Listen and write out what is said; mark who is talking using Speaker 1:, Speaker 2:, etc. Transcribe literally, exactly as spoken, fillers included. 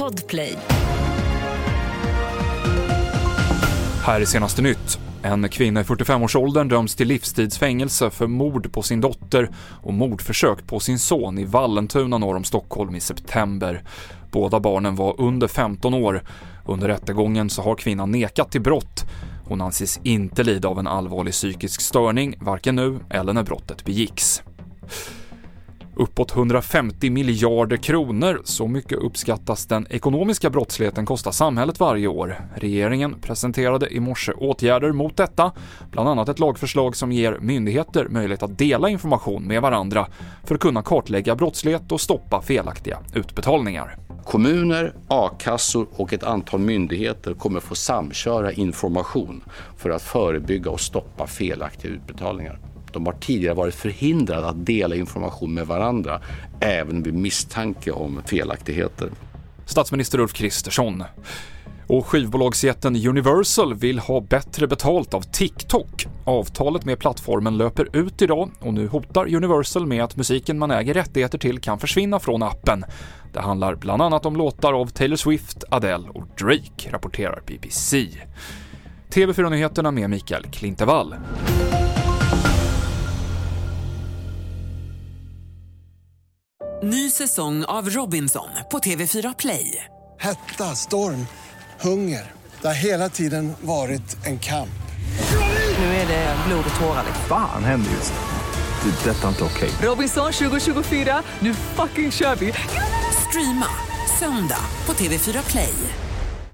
Speaker 1: Podplay.
Speaker 2: Här är senaste nytt. En kvinna i fyrtiofem-årsåldern döms till livstidsfängelse för mord på sin dotter och mordförsök på sin son i Vallentuna norr om Stockholm i september. Båda barnen var under femton år. Under rättegången så har kvinnan nekat till brott. Hon anses inte lida av en allvarlig psykisk störning, varken nu eller när brottet begicks. Uppåt hundrafemtio miljarder kronor, så mycket uppskattas den ekonomiska brottsligheten kostar samhället varje år. Regeringen presenterade i morse åtgärder mot detta, bland annat ett lagförslag som ger myndigheter möjlighet att dela information med varandra för att kunna kartlägga brottslighet och stoppa felaktiga utbetalningar.
Speaker 3: Kommuner, a-kassor och ett antal myndigheter kommer få samköra information för att förebygga och stoppa felaktiga utbetalningar. De har tidigare varit förhindrade att dela information med varandra, även vid misstanke om felaktigheter.
Speaker 2: Statsminister Ulf Kristersson. Och skivbolagsjätten Universal vill ha bättre betalt av TikTok. Avtalet med plattformen löper ut idag och nu hotar Universal med att musiken man äger rättigheter till kan försvinna från appen. Det handlar bland annat om låtar av Taylor Swift, Adele och Drake, rapporterar B B C. T V fyra-nyheterna med Mikael Klintevall.
Speaker 4: Ny säsong av Robinson på T V fyra Play.
Speaker 5: Hetta, storm, hunger. Det har hela tiden varit en kamp.
Speaker 4: Nu är det blod och tårar.
Speaker 6: Fan händer just det. Det är detta inte okej.
Speaker 4: Robinson tjugo tjugofyra, nu fucking kör vi. Streama söndag på T V fyra Play.